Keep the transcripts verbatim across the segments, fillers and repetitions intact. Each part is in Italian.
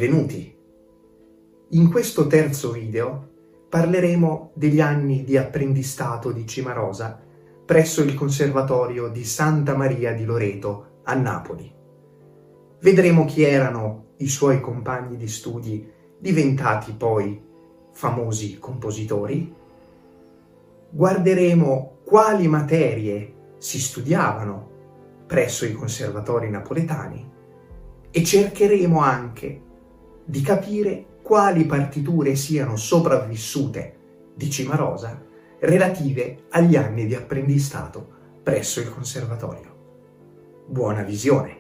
benvenuti! In questo terzo video parleremo degli anni di apprendistato di Cimarosa presso il Conservatorio di Santa Maria di Loreto a Napoli. Vedremo chi erano i suoi compagni di studi diventati poi famosi compositori. Guarderemo quali materie si studiavano presso i conservatori napoletani e cercheremo anche di capire quali partiture siano sopravvissute di Cimarosa relative agli anni di apprendistato presso il conservatorio. Buona visione!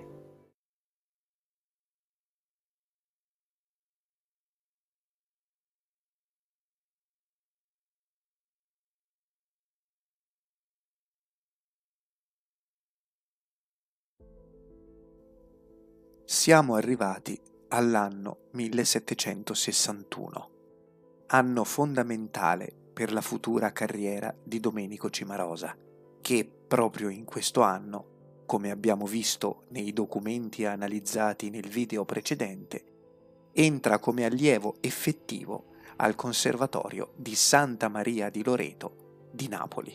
Siamo arrivati all'anno millesettecentosessantuno, anno fondamentale per la futura carriera di Domenico Cimarosa, che proprio in questo anno, come abbiamo visto nei documenti analizzati nel video precedente, entra come allievo effettivo al Conservatorio di Santa Maria di Loreto di Napoli.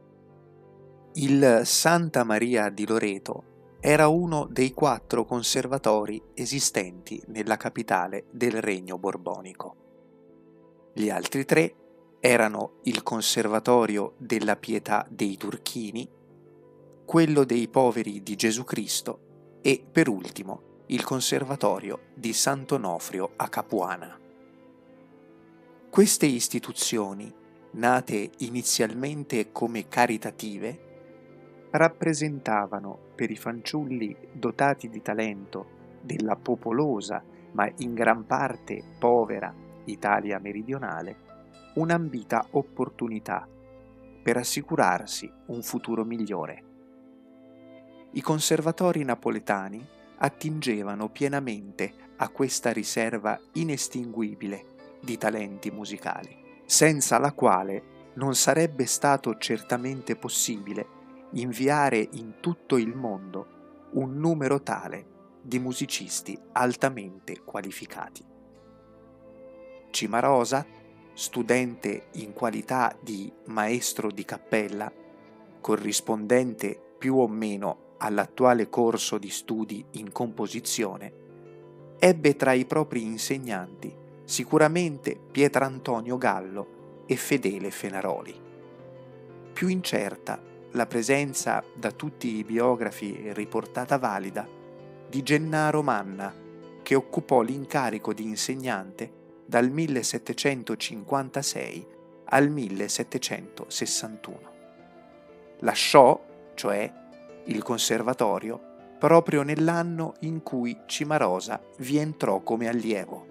Il Santa Maria di Loreto era uno dei quattro conservatori esistenti nella capitale del Regno Borbonico. Gli altri tre erano il Conservatorio della Pietà dei Turchini, quello dei Poveri di Gesù Cristo e, per ultimo, il Conservatorio di Sant'Onofrio a Capuana. Queste istituzioni, nate inizialmente come caritative, rappresentavano per i fanciulli dotati di talento della popolosa ma in gran parte povera Italia meridionale un'ambita opportunità per assicurarsi un futuro migliore. I conservatori napoletani attingevano pienamente a questa riserva inestinguibile di talenti musicali, senza la quale non sarebbe stato certamente possibile inviare in tutto il mondo un numero tale di musicisti altamente qualificati. Cimarosa, studente in qualità di maestro di cappella, corrispondente più o meno all'attuale corso di studi in composizione, ebbe tra i propri insegnanti sicuramente Pietrantonio Gallo e Fedele Fenaroli. Più incerta la presenza da tutti i biografi riportata valida di Gennaro Manna, che occupò l'incarico di insegnante dal millesettecentocinquantasei al millesettecentosessantuno. Lasciò, cioè, il conservatorio proprio nell'anno in cui Cimarosa vi entrò come allievo.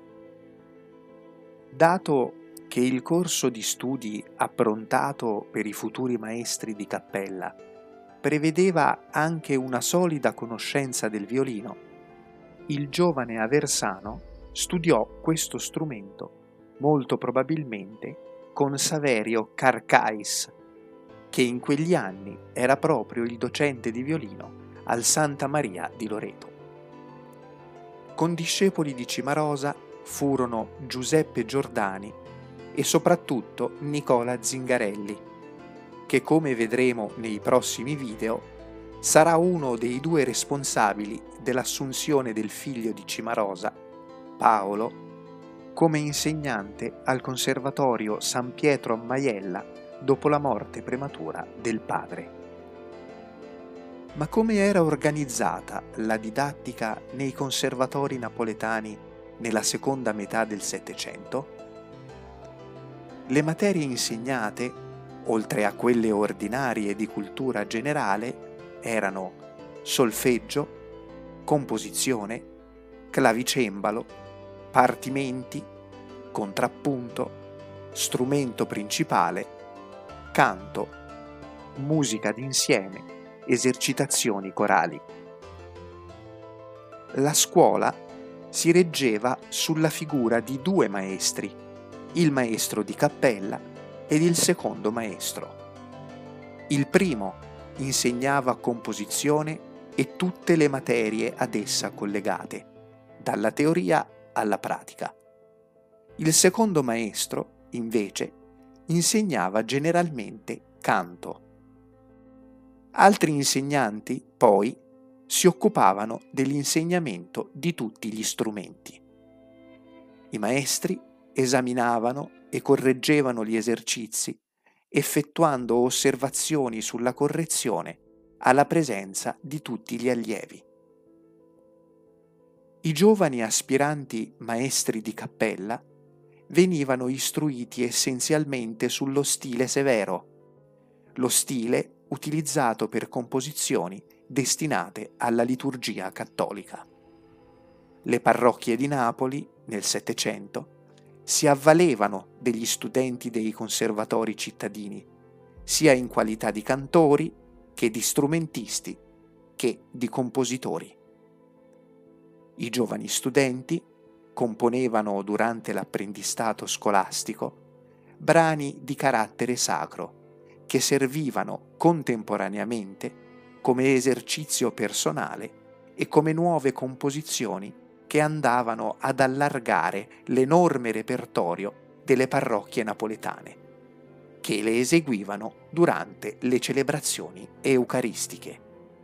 Dato che il corso di studi approntato per i futuri maestri di cappella prevedeva anche una solida conoscenza del violino, il giovane Aversano studiò questo strumento molto probabilmente con Saverio Carcais, che in quegli anni era proprio il docente di violino al Santa Maria di Loreto. Condiscepoli di Cimarosa furono Giuseppe Giordani e soprattutto Nicola Zingarelli, che, come vedremo nei prossimi video, sarà uno dei due responsabili dell'assunzione del figlio di Cimarosa, Paolo, come insegnante al Conservatorio San Pietro a Maiella dopo la morte prematura del padre. Ma come era organizzata la didattica nei conservatori napoletani nella seconda metà del Settecento? Le materie insegnate, oltre a quelle ordinarie di cultura generale, erano solfeggio, composizione, clavicembalo, partimenti, contrappunto, strumento principale, canto, musica d'insieme, esercitazioni corali. La scuola si reggeva sulla figura di due maestri, il maestro di cappella ed il secondo maestro. Il primo insegnava composizione e tutte le materie ad essa collegate, dalla teoria alla pratica. Il secondo maestro, invece, insegnava generalmente canto. Altri insegnanti, poi, si occupavano dell'insegnamento di tutti gli strumenti. I maestri esaminavano e correggevano gli esercizi, effettuando osservazioni sulla correzione alla presenza di tutti gli allievi. I giovani aspiranti maestri di cappella venivano istruiti essenzialmente sullo stile severo, lo stile utilizzato per composizioni destinate alla liturgia cattolica. Le parrocchie di Napoli, nel Settecento, si avvalevano degli studenti dei conservatori cittadini, sia in qualità di cantori che di strumentisti che di compositori. I giovani studenti componevano durante l'apprendistato scolastico brani di carattere sacro che servivano contemporaneamente come esercizio personale e come nuove composizioni che andavano ad allargare l'enorme repertorio delle parrocchie napoletane, che le eseguivano durante le celebrazioni eucaristiche.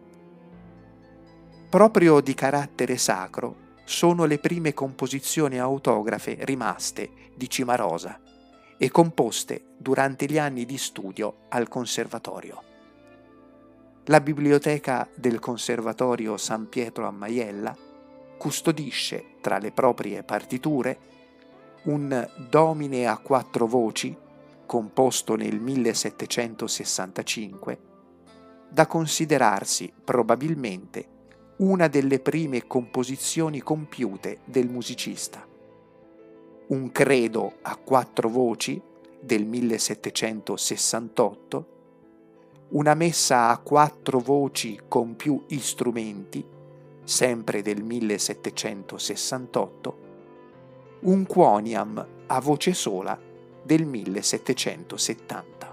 Proprio di carattere sacro sono le prime composizioni autografe rimaste di Cimarosa e composte durante gli anni di studio al Conservatorio. La biblioteca del Conservatorio San Pietro a Maiella custodisce tra le proprie partiture un Domine a quattro voci composto nel millesettecentosessantacinque, da considerarsi probabilmente una delle prime composizioni compiute del musicista. Un Credo a quattro voci del millesettecentosessantotto, una Messa a quattro voci con più strumenti, sempre del millesettecentosessantotto, un Quoniam a voce sola del millesettecentosettanta.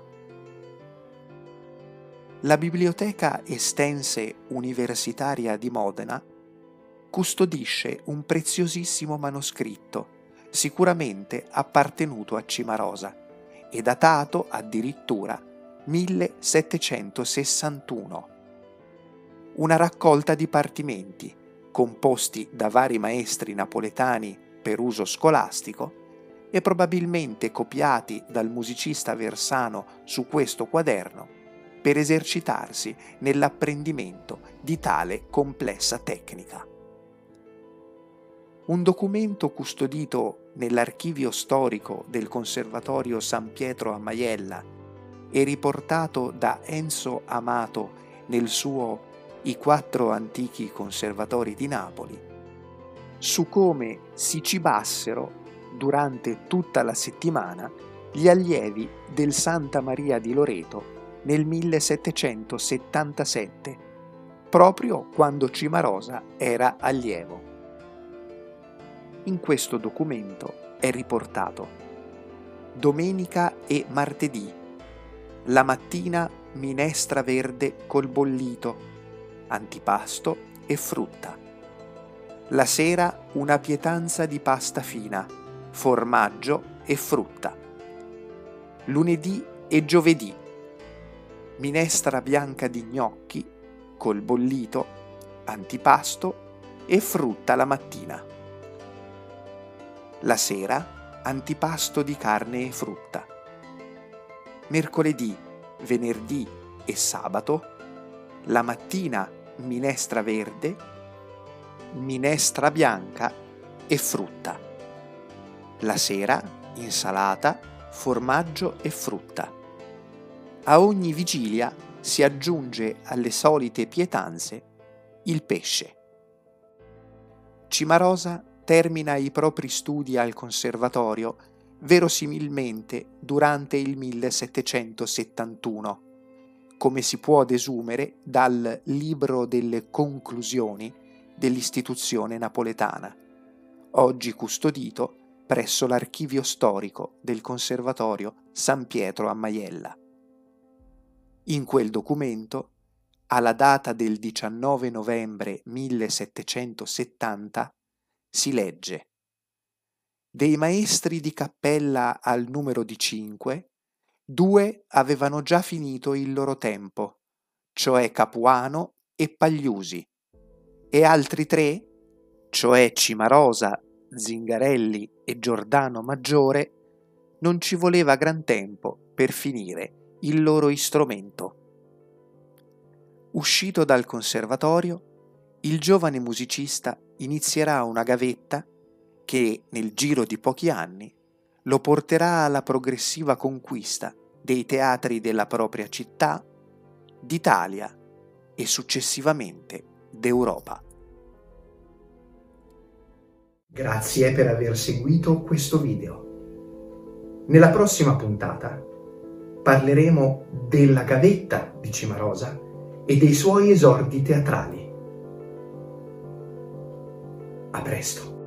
La Biblioteca Estense Universitaria di Modena custodisce un preziosissimo manoscritto, sicuramente appartenuto a Cimarosa e datato addirittura millesettecentosessantuno. Una raccolta di partimenti composti da vari maestri napoletani per uso scolastico e probabilmente copiati dal musicista Versano su questo quaderno per esercitarsi nell'apprendimento di tale complessa tecnica. Un documento custodito nell'archivio storico del Conservatorio San Pietro a Maiella e riportato da Enzo Amato nel suo I quattro antichi conservatori di Napoli, su come si cibassero durante tutta la settimana gli allievi del Santa Maria di Loreto nel millesettecentosettantasette, proprio quando Cimarosa era allievo. In questo documento è riportato: domenica e martedì, la mattina minestra verde col bollito, antipasto e frutta. La sera una pietanza di pasta fina, formaggio e frutta. Lunedì e giovedì minestra bianca di gnocchi col bollito, antipasto e frutta la mattina. La sera antipasto di carne e frutta. Mercoledì, venerdì e sabato la mattina minestra verde, minestra bianca e frutta. La sera insalata, formaggio e frutta. A ogni vigilia si aggiunge alle solite pietanze il pesce. Cimarosa termina i propri studi al conservatorio verosimilmente durante il millesettecentosettantuno, come si può desumere dal libro delle conclusioni dell'istituzione napoletana, oggi custodito presso l'archivio storico del Conservatorio San Pietro a Maiella. In quel documento, alla data del diciannove novembre millesettecentosettanta, si legge: Dei maestri di cappella al numero di cinque, due avevano già finito il loro tempo, cioè Capuano e Pagliusi, e altri tre, cioè Cimarosa, Zingarelli e Giordano Maggiore, non ci voleva gran tempo per finire il loro istrumento. Uscito dal conservatorio, il giovane musicista inizierà una gavetta che, nel giro di pochi anni, lo porterà alla progressiva conquista dei teatri della propria città, d'Italia e successivamente d'Europa. Grazie per aver seguito questo video. Nella prossima puntata parleremo della gavetta di Cimarosa e dei suoi esordi teatrali. A presto!